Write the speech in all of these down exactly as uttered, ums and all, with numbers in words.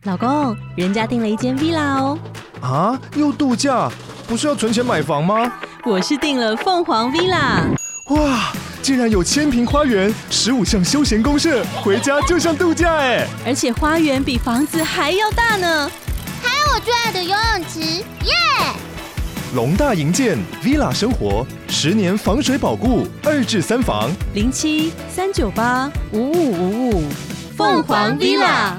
老公，人家订了一间 villa 哦。 啊，又度假？不是要存钱买房吗？ 我是订了凤凰 villa。 哇，竟然有千坪花园，十五项休闲公设，回家就像度假哎！ 而且花园比房子还要大呢。 还有我最爱的游泳池，耶！ 龙大营建 villa 生活，十年防水保固，二至三房， 零七三九八五五五五，凤凰 villa。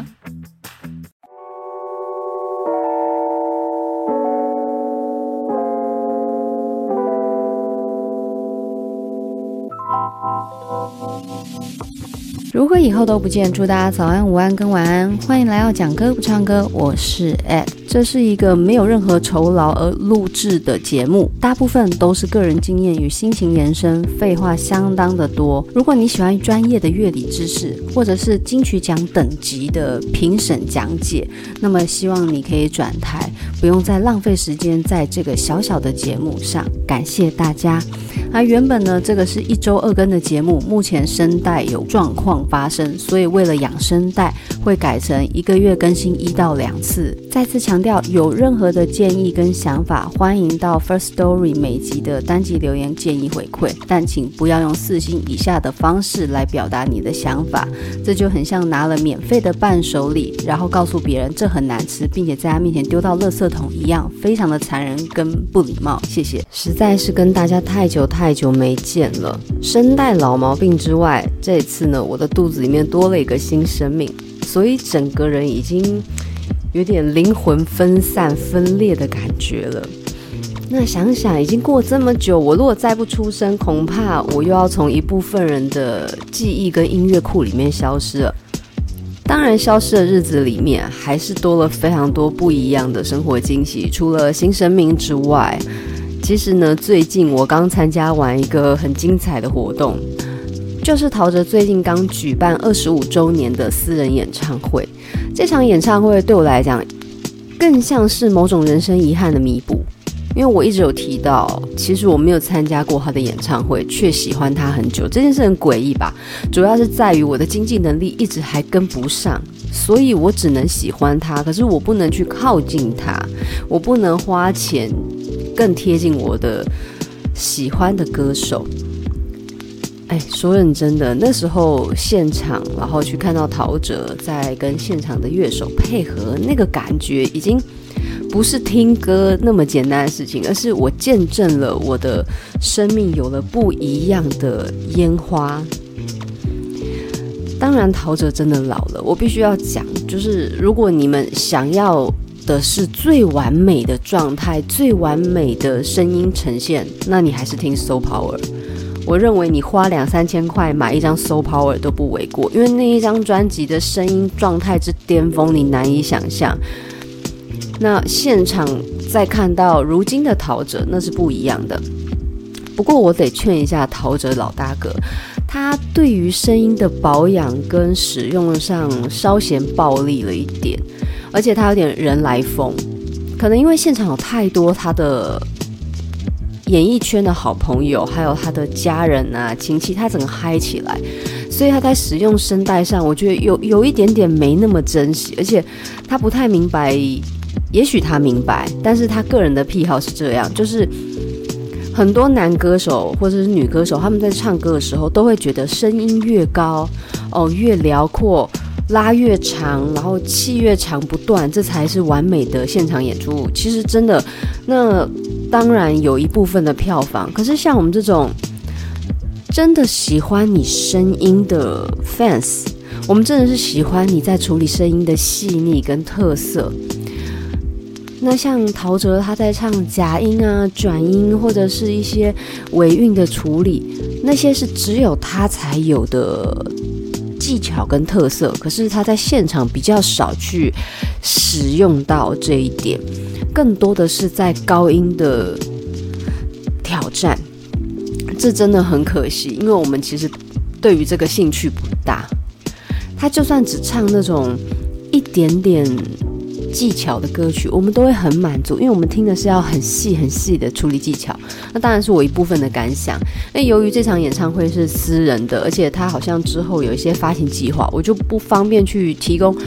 如果以后都不见，祝大家早安、午安跟晚安。欢迎来到讲歌不唱歌，我是 Ed。这是一个没有任何酬劳而录制的节目，大部分都是个人经验与心情延伸，废话相当的多。如果你喜欢专业的乐理知识，或者是金曲奖等级的评审讲解，那么希望你可以转台，不用再浪费时间在这个小小的节目上。感谢大家。啊，原本呢，这个是一周二更的节目，目前声带有状况发生，所以为了养声带，会改成一个月更新一到两次。再次强调，有任何的建议跟想法，欢迎到 First Story 每集的单集留言建议回馈，但请不要用四星以下的方式来表达你的想法，这就很像拿了免费的伴手礼，然后告诉别人这很难吃，并且在他面前丢到垃圾桶一样，非常的残忍跟不礼貌。谢谢，实在是跟大家太久太久没见了。声带老毛病之外，这次呢，我的肚子里面多了一个新生命，所以整个人已经有点灵魂分散分裂的感觉了。那想想已经过这么久，我如果再不出声，恐怕我又要从一部分人的记忆跟音乐库里面消失了。当然消失的日子里面还是多了非常多不一样的生活惊喜，除了新生命之外，其实呢，最近我刚参加完一个很精彩的活动，就是陶喆最近刚举办二十五周年的私人演唱会。这场演唱会对我来讲更像是某种人生遗憾的弥补，因为我一直有提到，其实我没有参加过他的演唱会，却喜欢他很久，这件事很诡异吧，主要是在于我的经济能力一直还跟不上，所以我只能喜欢他，可是我不能去靠近他，我不能花钱更贴近我的喜欢的歌手。哎，说认真的，那时候现场，然后去看到陶喆在跟现场的乐手配合，那个感觉已经不是听歌那么简单的事情，而是我见证了我的生命有了不一样的烟花。当然，陶喆真的老了，我必须要讲，就是如果你们想要的是最完美的状态，最完美的声音呈现，那你还是听 Soul Power。我认为你花两三千块买一张 Soul Power 都不为过，因为那一张专辑的声音状态之巅峰，你难以想象。那现场再看到如今的陶喆，那是不一样的。不过我得劝一下陶喆老大哥，他对于声音的保养跟使用上稍显暴力了一点，而且他有点人来疯，可能因为现场有太多他的演艺圈的好朋友，还有他的家人啊、亲戚，他整个嗨起来，所以他在使用声带上，我觉得有有一点点没那么珍惜，而且他不太明白，也许他明白，但是他个人的癖好是这样，就是很多男歌手或者是女歌手，他们在唱歌的时候都会觉得声音越高哦，越辽阔，拉越长，然后气越长不断，这才是完美的现场演出。其实真的，那当然有一部分的票房，可是像我们这种真的喜欢你声音的 fans， 我们真的是喜欢你在处理声音的细腻跟特色。那像陶喆他在唱假音啊、转音或者是一些尾韵的处理，那些是只有他才有的技巧跟特色，可是他在现场比较少去使用到这一点，更多的是在高音的挑战，这真的很可惜，因为我们其实对于这个兴趣不大。他就算只唱那种一点点技巧的歌曲，我们都会很满足，因为我们听的是要很细很细的处理技巧。那当然是我一部分的感想。那由于这场演唱会是私人的，而且他好像之后有一些发行计划，我就不方便去提供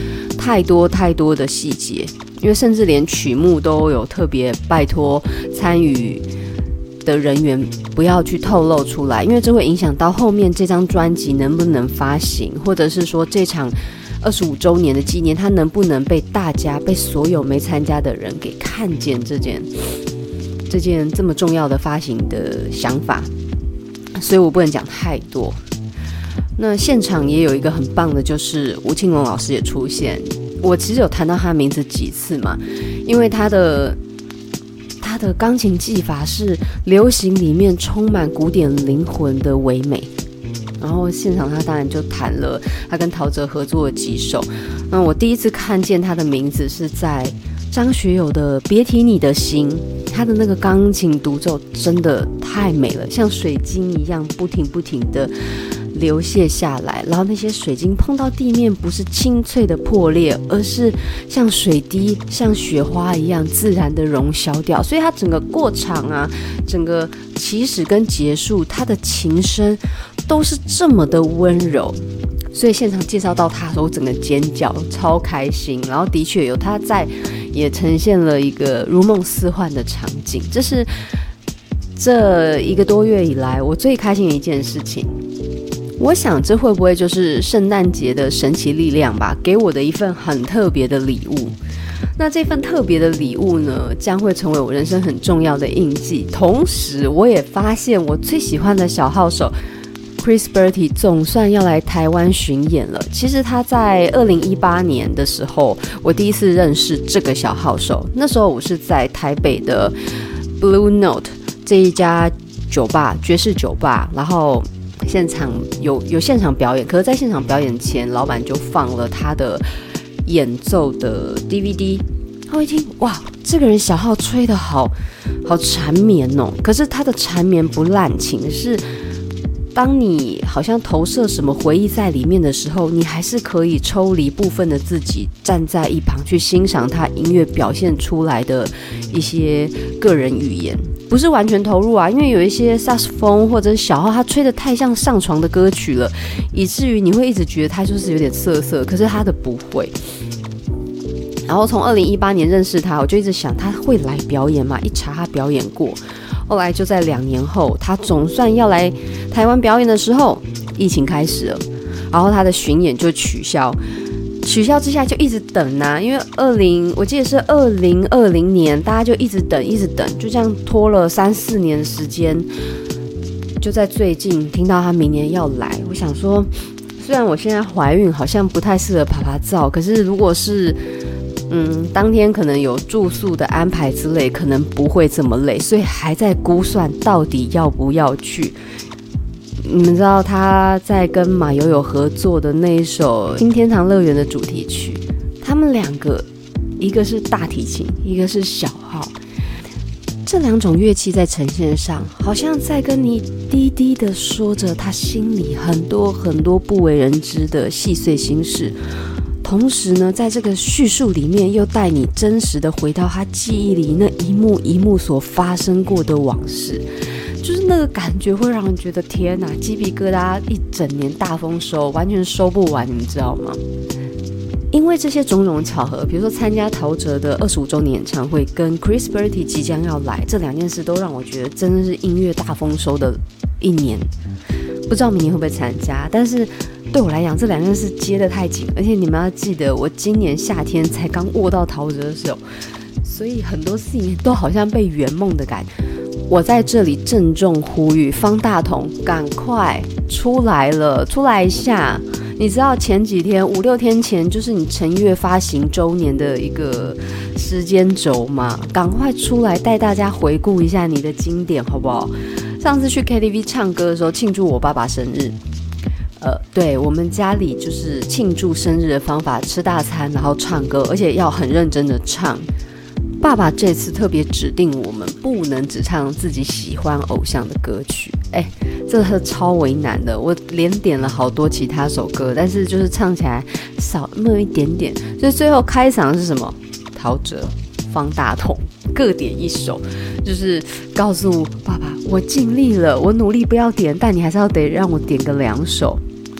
太多太多的细节，因为甚至连曲目都有特别拜托参与的人员不要去透露出来，因为这会影响到后面这张专辑能不能发行，或者是说这场二十五周年的纪念，它能不能被大家、被所有没参加的人给看见这件这件这么重要的发行的想法，所以我不能讲太多。那现场也有一个很棒的，就是吴庆隆老师也出现。我其实有谈到他的名字几次嘛，因为他的他的钢琴技法是流行里面充满古典灵魂的唯美。然后现场他当然就弹了他跟陶喆合作的几首。那我第一次看见他的名字是在张学友的《别提你的心》，他的那个钢琴独奏真的太美了，像水晶一样不停不停的流泻下来，然后那些水晶碰到地面不是清脆的破裂，而是像水滴像雪花一样自然的融消掉，所以它整个过场啊，整个起始跟结束，它的琴声都是这么的温柔，所以现场介绍到他的时候，我整个尖叫，超开心。然后的确有他在，也呈现了一个如梦似幻的场景，这是这一个多月以来我最开心的一件事情。我想这会不会就是圣诞节的神奇力量吧，给我的一份很特别的礼物。那这份特别的礼物呢，将会成为我人生很重要的印记。同时我也发现我最喜欢的小号手Chris Bertie 总算要来台湾巡演了。其实他在二零一八年的时候，我第一次认识这个小号手，那时候我是在台北的 Blue Note 这一家酒吧，爵士酒吧，然后现场有有现场表演，可是在现场表演前，老板就放了他的演奏的 D V D。我一听，哇，这个人小号吹得好好缠绵哦，可是他的缠绵不滥情，是当你好像投射什么回忆在里面的时候，你还是可以抽离部分的自己，站在一旁去欣赏他音乐表现出来的一些个人语言，不是完全投入啊，因为有一些萨克斯风或者是小号，他吹得太像上床的歌曲了，以至于你会一直觉得他就是有点涩涩，可是他的不会。然后从二零一八年认识他，我就一直想他会来表演嘛，一查他表演过。后来就在两年后，他总算要来台湾表演的时候，疫情开始了，然后他的巡演就取消。取消之下就一直等啊，因为二零我记得是二零二零年，大家就一直等一直等，就这样拖了三四年的时间。就在最近听到他明年要来，我想说，虽然我现在怀孕，好像不太适合爬爬照，可是如果是嗯，当天可能有住宿的安排之类，可能不会这么累，所以还在估算到底要不要去。你们知道他在跟马友友合作的那一首《新天堂乐园》的主题曲，他们两个一个是大提琴，一个是小号，这两种乐器在呈现上，好像在跟你低低的说着他心里很多很多不为人知的细碎心事。同时呢，在这个叙述里面又带你真实的回到他记忆里那一幕一幕所发生过的往事，就是那个感觉会让人觉得天哪，鸡皮疙瘩一整年大丰收，完全收不完，你知道吗？因为这些种种巧合，比如说参加陶喆的二十五周年演唱会跟 Chris Bertie 即将要来，这两件事都让我觉得真的是音乐大丰收的一年。不知道明年会不会参加，但是对我来讲这两件事接得太紧，而且你们要记得我今年夏天才刚握到陶喆的手，所以很多事情都好像被圆梦的感觉。我在这里郑重呼吁方大同赶快出来了，出来一下。你知道前几天五六天前就是你陈月发行周年的一个时间轴嘛，赶快出来带大家回顾一下你的经典好不好？上次去 K T V 唱歌的时候庆祝我爸爸生日，呃，对，我们家里就是庆祝生日的方法，吃大餐然后唱歌，而且要很认真的唱。爸爸这次特别指定我们不能只唱自己喜欢偶像的歌曲，哎，这是超为难的。我连点了好多其他首歌，但是就是唱起来少那么一点点，所以最后开场是什么？陶喆、方大同各点一首，就是告诉爸爸我尽力了，我努力不要点，但你还是要得让我点个两首。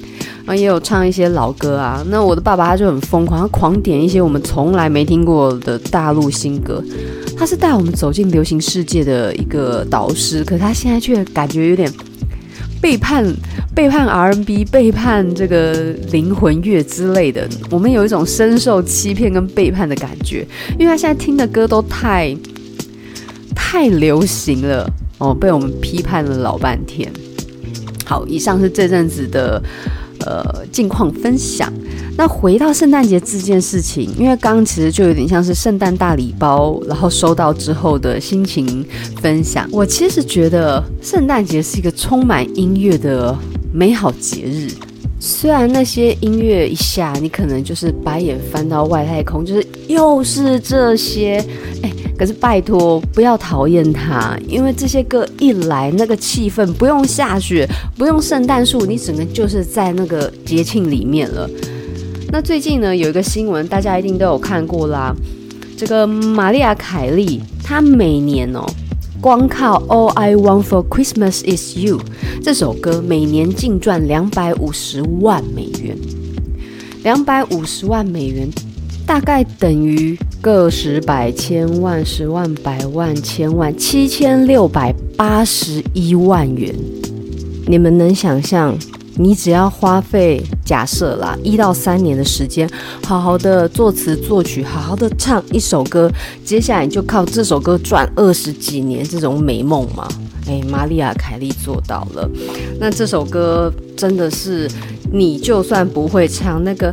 然后也有唱一些老歌啊。那我的爸爸他就很疯狂，他狂点一些我们从来没听过的大陆新歌。他是带我们走进流行世界的一个导师，可他现在却感觉有点背叛背叛 R and B， 背叛这个灵魂乐之类的。我们有一种深受欺骗跟背叛的感觉，因为他现在听的歌都太太流行了哦，被我们批判了老半天。好，以上是这阵子的呃近况分享。那回到圣诞节这件事情，因为刚刚其实就有点像是圣诞大礼包，然后收到之后的心情分享。我其实觉得圣诞节是一个充满音乐的美好节日。虽然那些音乐一下，你可能就是白眼翻到外太空，就是又是这些，哎，可是拜托不要讨厌它，因为这些歌一来，那个气氛不用下雪，不用圣诞树，你整个就是在那个节庆里面了。那最近呢，有一个新闻，大家一定都有看过啦。这个玛丽亚·凯莉，她每年哦，光靠《All I Want for Christmas Is You》这首歌，每年净赚两百五十万美元。两百五十万美元，大概等于个十百千万十万百万千万七千六百八十一万元。你们能想象？你只要花费假设啦一到三年的时间，好好的作词作曲，好好的唱一首歌，接下来你就靠这首歌赚二十几年，这种美梦吗？哎，玛丽亚·凯莉做到了。那这首歌真的是，你就算不会唱那个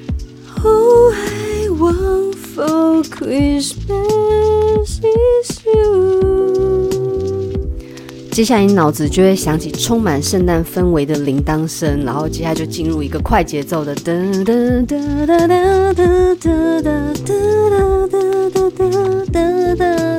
All I want for Christmas is you，接下来你脑子就会想起充满圣诞氛围的铃铛声，然后接下来就进入一个快节奏的哒哒哒哒哒哒哒哒哒哒哒哒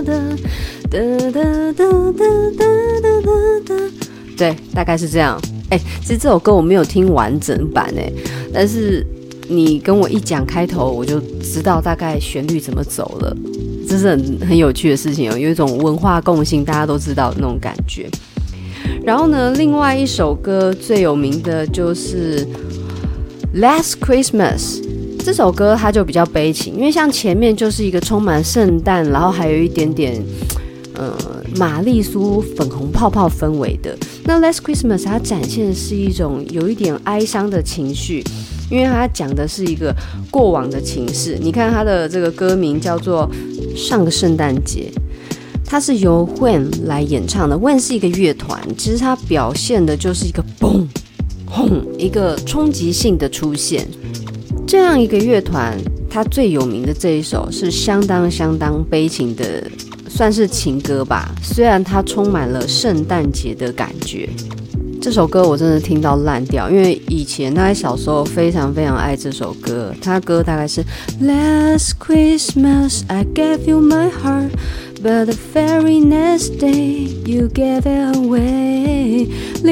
哒哒，对，大概是这样。哎，其实这首歌我没有听完整版哎，但是你跟我一讲开头，我就知道大概旋律怎么走了。这是很很有趣的事情哦，有一种文化共性，大家都知道的那种感觉。然后呢，另外一首歌最有名的就是《Last Christmas》这首歌，它就比较悲情，因为像前面就是一个充满圣诞，然后还有一点点呃玛丽苏粉红泡泡氛围的。那《Last Christmas》它展现的是一种有一点哀伤的情绪。因为它讲的是一个过往的情事，你看它的这个歌名叫做《上个圣诞节》，它是由 Wham 来演唱的。Wham 是一个乐团，其实它表现的就是一个嘣轰，一个冲击性的出现。这样一个乐团，它最有名的这一首是相当相当悲情的，算是情歌吧。虽然它充满了圣诞节的感觉。这首歌我真的听到烂掉，因为以前大概小时候非常非常爱这首歌。它歌大概是 Last Christmas I gave you my heart, but the very next day you gave it away.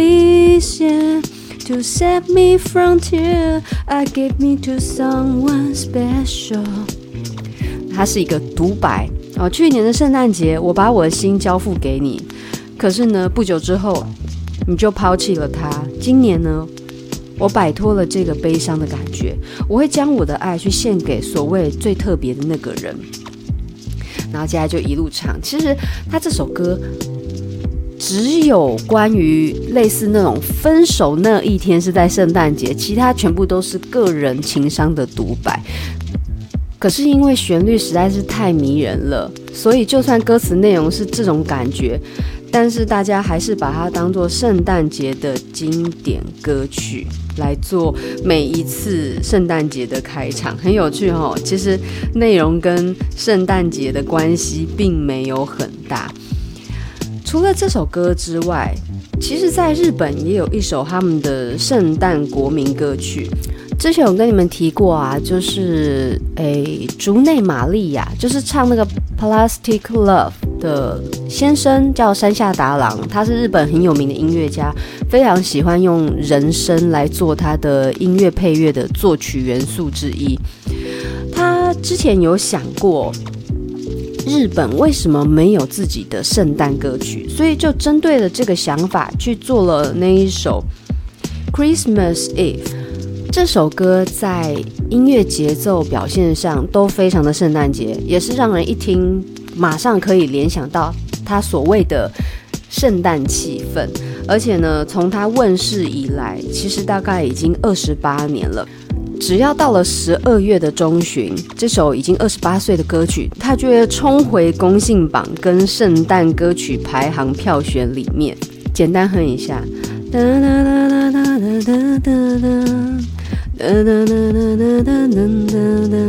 Listen to save me from tears, I gave me to someone special. 它是一个独白哦。去年的圣诞节，我把我的心交付给你，可是呢，不久之后。你就抛弃了他。今年呢，我摆脱了这个悲伤的感觉，我会将我的爱去献给所谓最特别的那个人。然后接下来就一路唱。其实他这首歌只有关于类似那种分手那一天是在圣诞节，其他全部都是个人情伤的独白。可是因为旋律实在是太迷人了，所以就算歌词内容是这种感觉，但是大家还是把它当作圣诞节的经典歌曲来做每一次圣诞节的开场，很有趣哦。其实内容跟圣诞节的关系并没有很大。除了这首歌之外，其实在日本也有一首他们的圣诞国民歌曲。之前有跟你们提过啊，就是诶竹内玛利亚，就是唱那个 Plastic Love 的先生叫山下达郎，他是日本很有名的音乐家，非常喜欢用人声来做他的音乐配乐的作曲元素之一。他之前有想过日本为什么没有自己的圣诞歌曲，所以就针对了这个想法去做了那一首 Christmas Eve。 这首歌在音乐节奏表现上都非常的圣诞节，也是让人一听马上可以联想到它所谓的圣诞气氛。而且呢，从它问世以来，其实大概已经二十八年了。只要到了十二月的中旬，这首已经二十八岁的歌曲，它就会冲回公信榜跟圣诞歌曲排行票选里面。简单哼一下。哒哒哒哒哒哒哒哒哒哒哒哒哒哒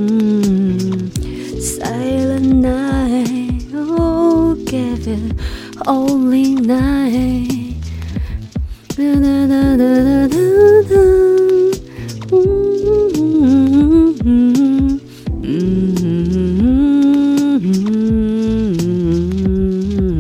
Silent night, oh, give it only night. Da da da da da da. Mm-hmm.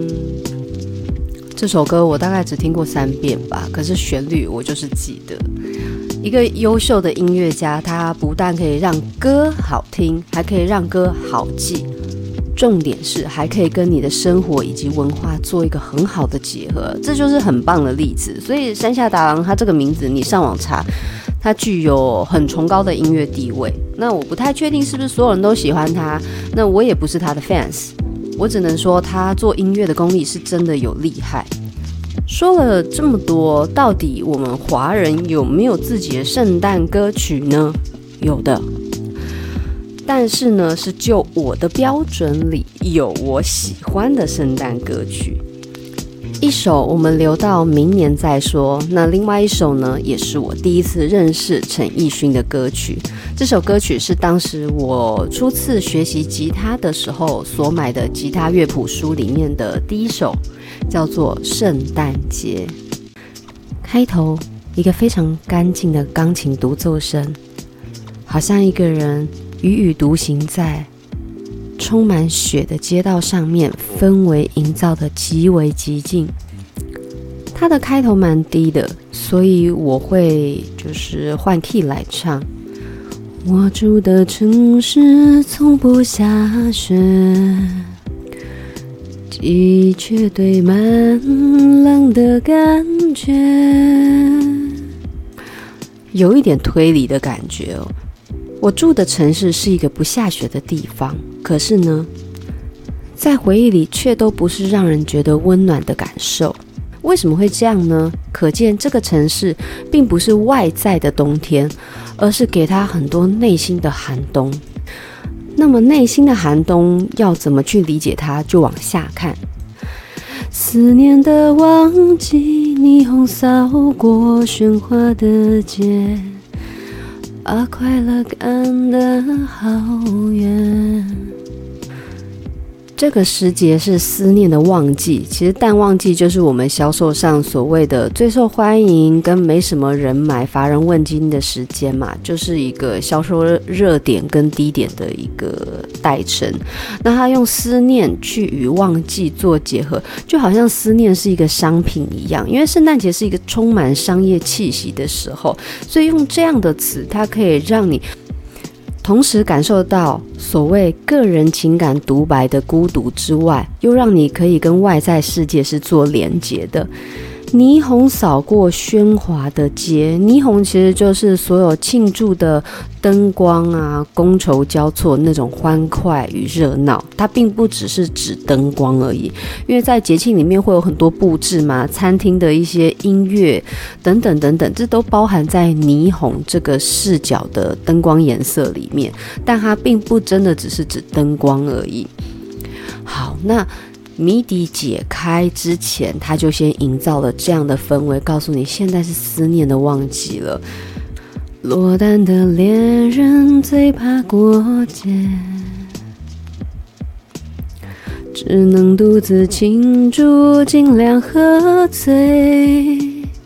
这首歌我大概只听过三遍吧，可是旋律我就是记得。一个优秀的音乐家，他不但可以让歌好听，还可以让歌好记，重点是还可以跟你的生活以及文化做一个很好的结合，这就是很棒的例子。所以山下达郎他这个名字，你上网查，他具有很崇高的音乐地位。那我不太确定是不是所有人都喜欢他，那我也不是他的 fans， 我只能说他做音乐的功力是真的有厉害。说了这么多，到底我们华人有没有自己的圣诞歌曲呢？有的，但是呢，是就我的标准里有我喜欢的圣诞歌曲。一首我们留到明年再说，那另外一首呢，也是我第一次认识陈奕迅的歌曲。这首歌曲是当时我初次学习吉他的时候所买的吉他乐谱书里面的第一首，叫做《圣诞节》。开头一个非常干净的钢琴独奏声，好像一个人踽踽独行在充满雪的街道上面，氛围营造的极为寂静。它的开头蛮低的，所以我会就是换 key 来唱。我住的城市从不下雪，积雪堆满冷的感觉，有一点推理的感觉哦。我住的城市是一个不下雪的地方，可是呢，在回忆里却都不是让人觉得温暖的感受。为什么会这样呢？可见这个城市并不是外在的冬天，而是给它很多内心的寒冬。那么内心的寒冬要怎么去理解它，就往下看。思念的旺季，霓虹扫过喧哗的街，把快乐赶得好远。这个时节是思念的旺季，其实淡旺季就是我们销售上所谓的最受欢迎跟没什么人买乏人问津的时间嘛，就是一个销售热点跟低点的一个代称。那他用思念去与旺季做结合，就好像思念是一个商品一样，因为圣诞节是一个充满商业气息的时候，所以用这样的词，它可以让你同时感受到所谓个人情感独白的孤独之外，又让你可以跟外在世界是做连结的。霓虹扫过喧哗的街，霓虹其实就是所有庆祝的灯光啊，觥筹交错那种欢快与热闹，它并不只是指灯光而已，因为在节庆里面会有很多布置嘛，餐厅的一些音乐等等等等，这都包含在霓虹这个视角的灯光颜色里面，但它并不真的只是指灯光而已。好，那谜底解开之前，他就先营造了这样的氛围，告诉你现在是思念的旺季了。落单的恋人最怕过节，只能独自庆祝，尽量喝醉。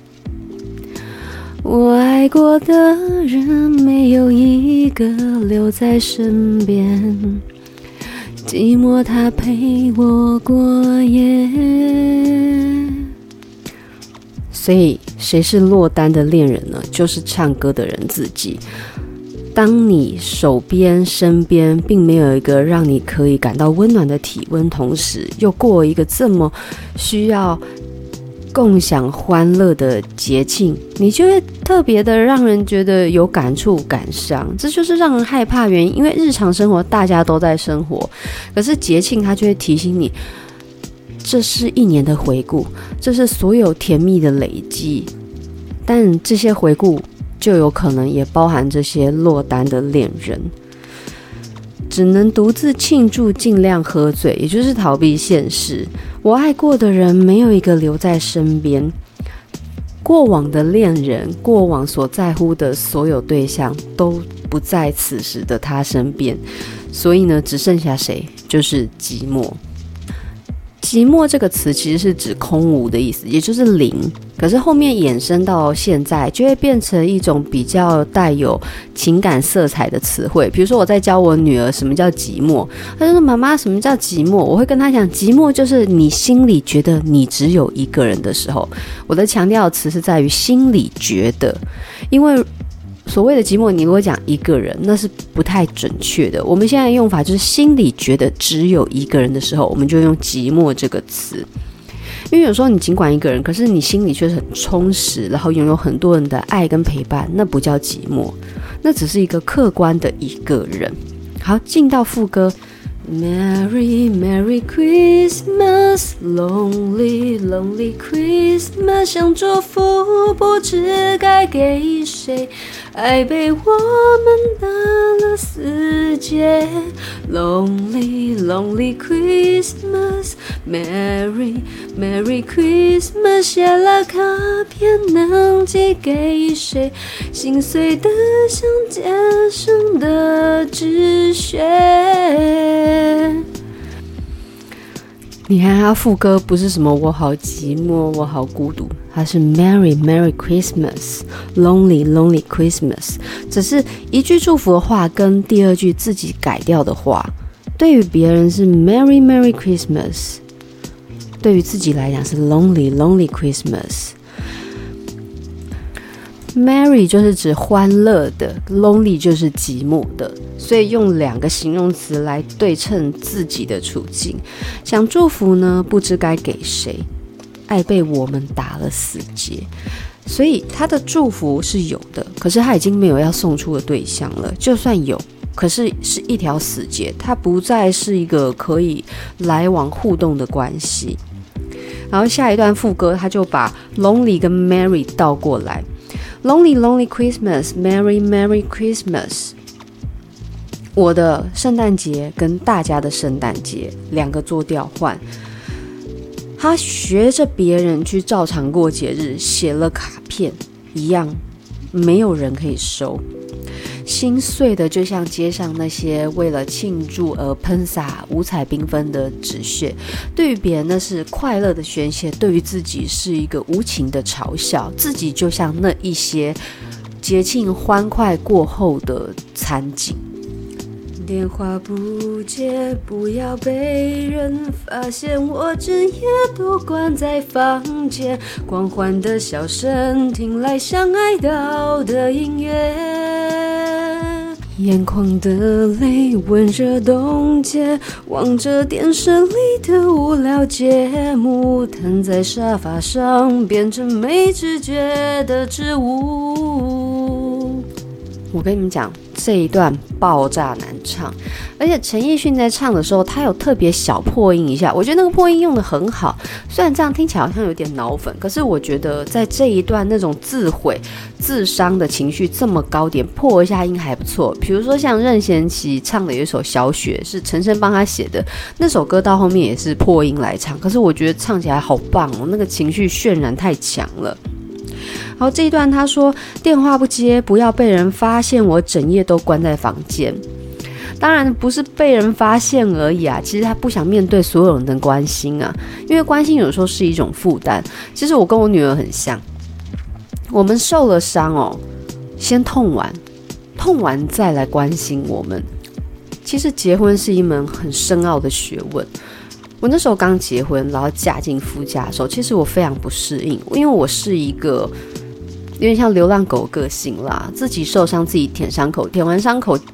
我爱过的人没有一个留在身边，寂寞他陪我过夜。所以谁是落单的恋人呢？就是唱歌的人自己。当你手边身边并没有一个让你可以感到温暖的体温，同时又过一个这么需要共享欢乐的节庆，你就会特别的让人觉得有感触感伤，这就是让人害怕原因。因为日常生活大家都在生活，可是节庆它就会提醒你，这是一年的回顾，这是所有甜蜜的累积，但这些回顾就有可能也包含这些落单的恋人，只能独自庆祝，尽量喝醉，也就是逃避现实。我爱过的人没有一个留在身边，过往的恋人，过往所在乎的所有对象都不在此时的他身边，所以呢，只剩下谁？就是寂寞。寂寞这个词其实是指空无的意思，也就是零。可是后面衍生到现在，就会变成一种比较带有情感色彩的词汇。比如说我在教我女儿什么叫寂寞，她就说妈妈什么叫寂寞？我会跟她讲，寂寞就是你心里觉得你只有一个人的时候。我的强调的词是在于心里觉得，因为所谓的寂寞，你如果讲一个人，那是不太准确的。我们现在的用法就是心里觉得只有一个人的时候，我们就用寂寞这个词。因为有时候你尽管一个人，可是你心里却是很充实，然后拥有很多人的爱跟陪伴，那不叫寂寞，那只是一个客观的一个人。好，进到副歌。Merry Merry Christmas, Lonely Lonely Christmas， 想祝福不知该给谁，爱被我们打了死结。Lonely Lonely Christmas, Merry Merry Christmas， 写了卡片能寄给谁，心碎的像结霜的纸屑。你看他副歌不是什么我好寂寞我好孤独，它是 Merry Merry Christmas Lonely Lonely Christmas， 只是一句祝福的话跟第二句自己改掉的话，对于别人是 Merry Merry Christmas， 对于自己来讲是 Lonely Lonely Christmas。Merry 就是指欢乐的， Lonely 就是寂寞的，所以用两个形容词来对称自己的处境。想祝福呢，不知该给谁，爱被我们打了死结。所以他的祝福是有的，可是他已经没有要送出的对象了。就算有，可是是一条死结，它不再是一个可以来往互动的关系。然后下一段副歌，他就把 Lonely 跟 Merry 倒过来。Lonely Lonely Christmas, Merry Merry Christmas。 我的圣诞节跟大家的圣诞节两个做调换，他学着别人去照常过节日，写了卡片一样，没有人可以收。心碎的就像街上那些为了庆祝而喷洒五彩缤纷的纸屑，对于别人那是快乐的宣泄，对于自己是一个无情的嘲笑。自己就像那一些节庆欢快过后的餐景。电话不接，不要被人发现，我整夜都关在房间，狂欢的笑声听来像爱悼的音乐，眼眶的泪温热冻结，望着电视里的无聊节目，瘫在沙发上变成没知觉的植物。我跟你们讲，这一段爆炸难唱，而且陈奕迅在唱的时候，他有特别小破音一下，我觉得那个破音用得很好。虽然这样听起来好像有点脑粉，可是我觉得在这一段那种自毁、自伤的情绪这么高点，破一下音还不错。比如说像任贤齐唱的有一首《小雪》，是陈升帮他写的，那首歌到后面也是破音来唱，可是我觉得唱起来好棒哦，那个情绪渲染太强了。好，这一段他说电话不接，不要被人发现我整夜都关在房间。当然不是被人发现而已啊，其实他不想面对所有人的关心啊，因为关心有时候是一种负担。其实我跟我女儿很像，我们受了伤哦，先痛完，痛完再来关心我们。其实结婚是一门很深奥的学问。我那时候刚结婚，然后嫁进夫家的时候，其实我非常不适应，因为我是一个有点像流浪狗个性啦，自己受伤自己舔伤口，舔完伤口就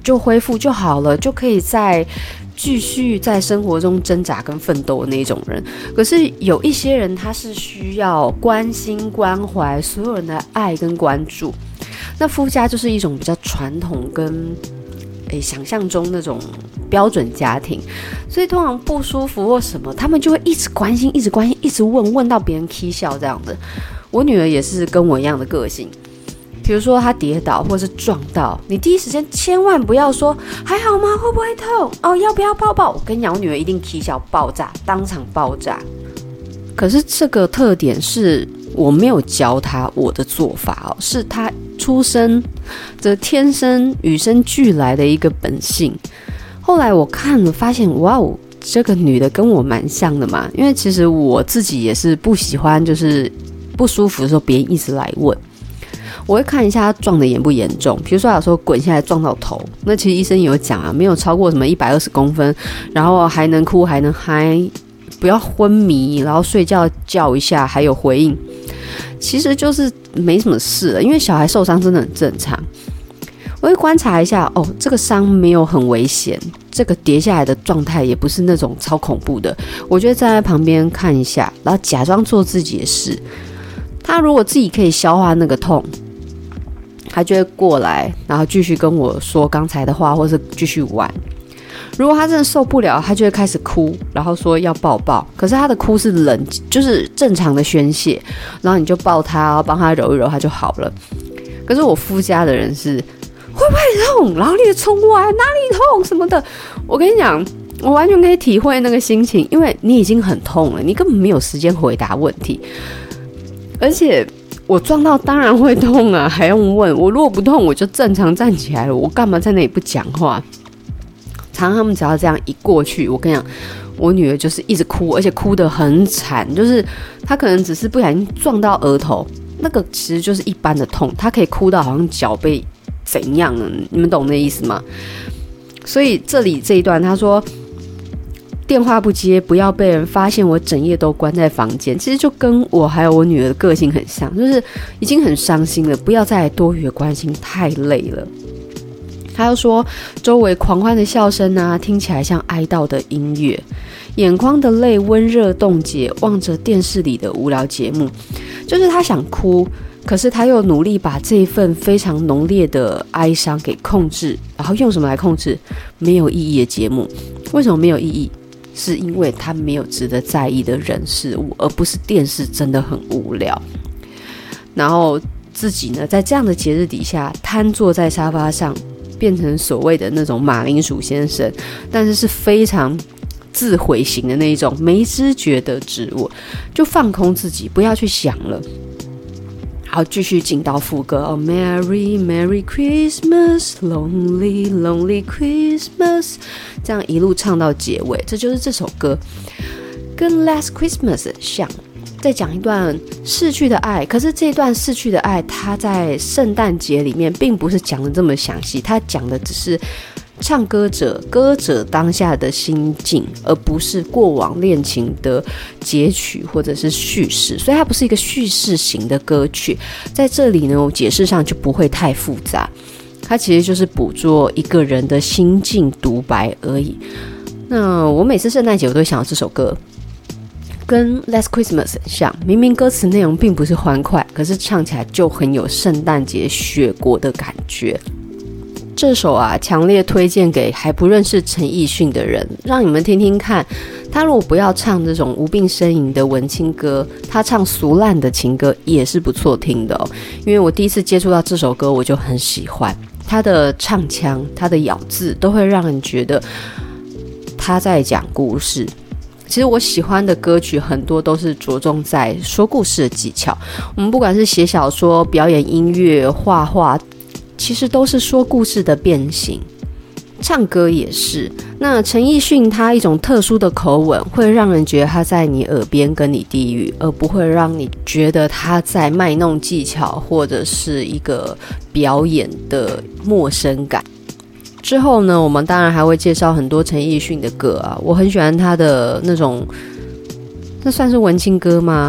就恢复就好了，就可以再继续在生活中挣扎跟奋斗的那种人。可是有一些人他是需要关心关怀所有人的爱跟关注，那夫家就是一种比较传统跟诶想象中那种标准家庭，所以通常不舒服或什么他们就会一直关心一直关心一直问问到别人起笑这样的。我女儿也是跟我一样的个性，比如说她跌倒或是撞到，你第一时间千万不要说还好吗？会不会痛？哦，要不要抱抱？我跟你讲，我女儿一定起笑爆炸，当场爆炸。可是这个特点是我没有教她我的做法哦，是她出生的天生与生俱来的一个本性。后来我看了发现，哇哦，这个女的跟我蛮像的嘛，因为其实我自己也是不喜欢就是不舒服的时候别人一直来问，我会看一下他撞的严不严重，比如说有时候滚下来撞到头，那其实医生有讲啊，没有超过什么一百二十公分，然后还能哭还能嗨，不要昏迷，然后睡觉叫一下还有回应，其实就是没什么事了，因为小孩受伤真的很正常。我会观察一下，哦，这个伤没有很危险，这个跌下来的状态也不是那种超恐怖的，我觉得站在旁边看一下，然后假装做自己的事。他如果自己可以消化那个痛，他就会过来，然后继续跟我说刚才的话，或是继续玩。如果他真的受不了，他就会开始哭，然后说要抱抱。可是他的哭是冷，就是正常的宣泄，然后你就抱他，帮他揉一揉，他就好了。可是我夫家的人是会不会痛，然后你就冲过来哪里痛什么的。我跟你讲，我完全可以体会那个心情，因为你已经很痛了，你根本没有时间回答问题。而且我撞到当然会痛啊，还用问？我如果不痛，我就正常站起来了，我干嘛在那里不讲话？常常他们只要这样一过去，我跟你讲，我女儿就是一直哭，而且哭得很惨，就是她可能只是不小心撞到额头，那个其实就是一般的痛，她可以哭到好像脚被怎样了，你们懂那意思吗？所以这里这一段他说，电话不接，不要被人发现我整夜都关在房间，其实就跟我还有我女儿的个性很像，就是已经很伤心了，不要再多余的关心，太累了。他又说，周围狂欢的笑声啊，听起来像哀悼的音乐，眼眶的泪温热冻结，望着电视里的无聊节目，就是他想哭，可是他又努力把这一份非常浓烈的哀伤给控制，然后用什么来控制？没有意义的节目。为什么没有意义？是因为他没有值得在意的人事物，而不是电视真的很无聊。然后自己呢，在这样的节日底下瘫坐在沙发上，变成所谓的那种马铃薯先生，但是是非常自毁型的那一种没知觉的植物，就放空自己，不要去想了。好，继续进到副歌哦 ，Merry Merry Christmas, Lonely Lonely Christmas， 这样一路唱到结尾，这就是这首歌，跟 Last Christmas 像，在讲一段逝去的爱。可是这段逝去的爱，它在圣诞节里面并不是讲的这么详细，它讲的只是唱歌者歌者当下的心境，而不是过往恋情的截取或者是叙事，所以它不是一个叙事型的歌曲。在这里呢，我解释上就不会太复杂，它其实就是捕捉一个人的心境独白而已。那我每次圣诞节我都会想到这首歌，跟 Last Christmas 很像，明明歌词内容并不是欢快，可是唱起来就很有圣诞节雪国的感觉。这首啊，强烈推荐给还不认识陈奕迅的人，让你们听听看。他如果不要唱这种无病呻吟的文青歌，他唱俗烂的情歌也是不错听的哦。因为我第一次接触到这首歌，我就很喜欢他的唱腔，他的咬字都会让人觉得他在讲故事。其实我喜欢的歌曲很多都是着重在说故事的技巧，我们不管是写小说、表演音乐、画画，其实都是说故事的变形，唱歌也是。那陈奕迅他一种特殊的口吻，会让人觉得他在你耳边跟你低语，而不会让你觉得他在卖弄技巧或者是一个表演的陌生感。之后呢，我们当然还会介绍很多陈奕迅的歌啊，我很喜欢他的那种，那算是文青歌吗？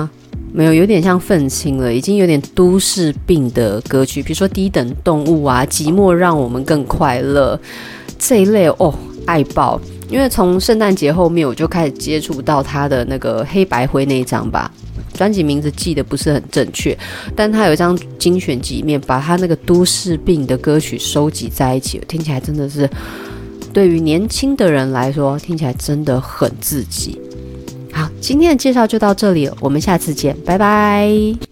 没有，有点像愤青了，已经有点都市病的歌曲，比如说低等动物啊，寂寞让我们更快乐这一类哦，爱爆。因为从圣诞节后面我就开始接触到他的那个黑白灰那一张吧，专辑名字记得不是很正确，但他有一张精选集里面把他那个都市病的歌曲收集在一起，听起来真的是对于年轻的人来说听起来真的很刺激。好，今天的介绍就到这里了，我们下次见，拜拜。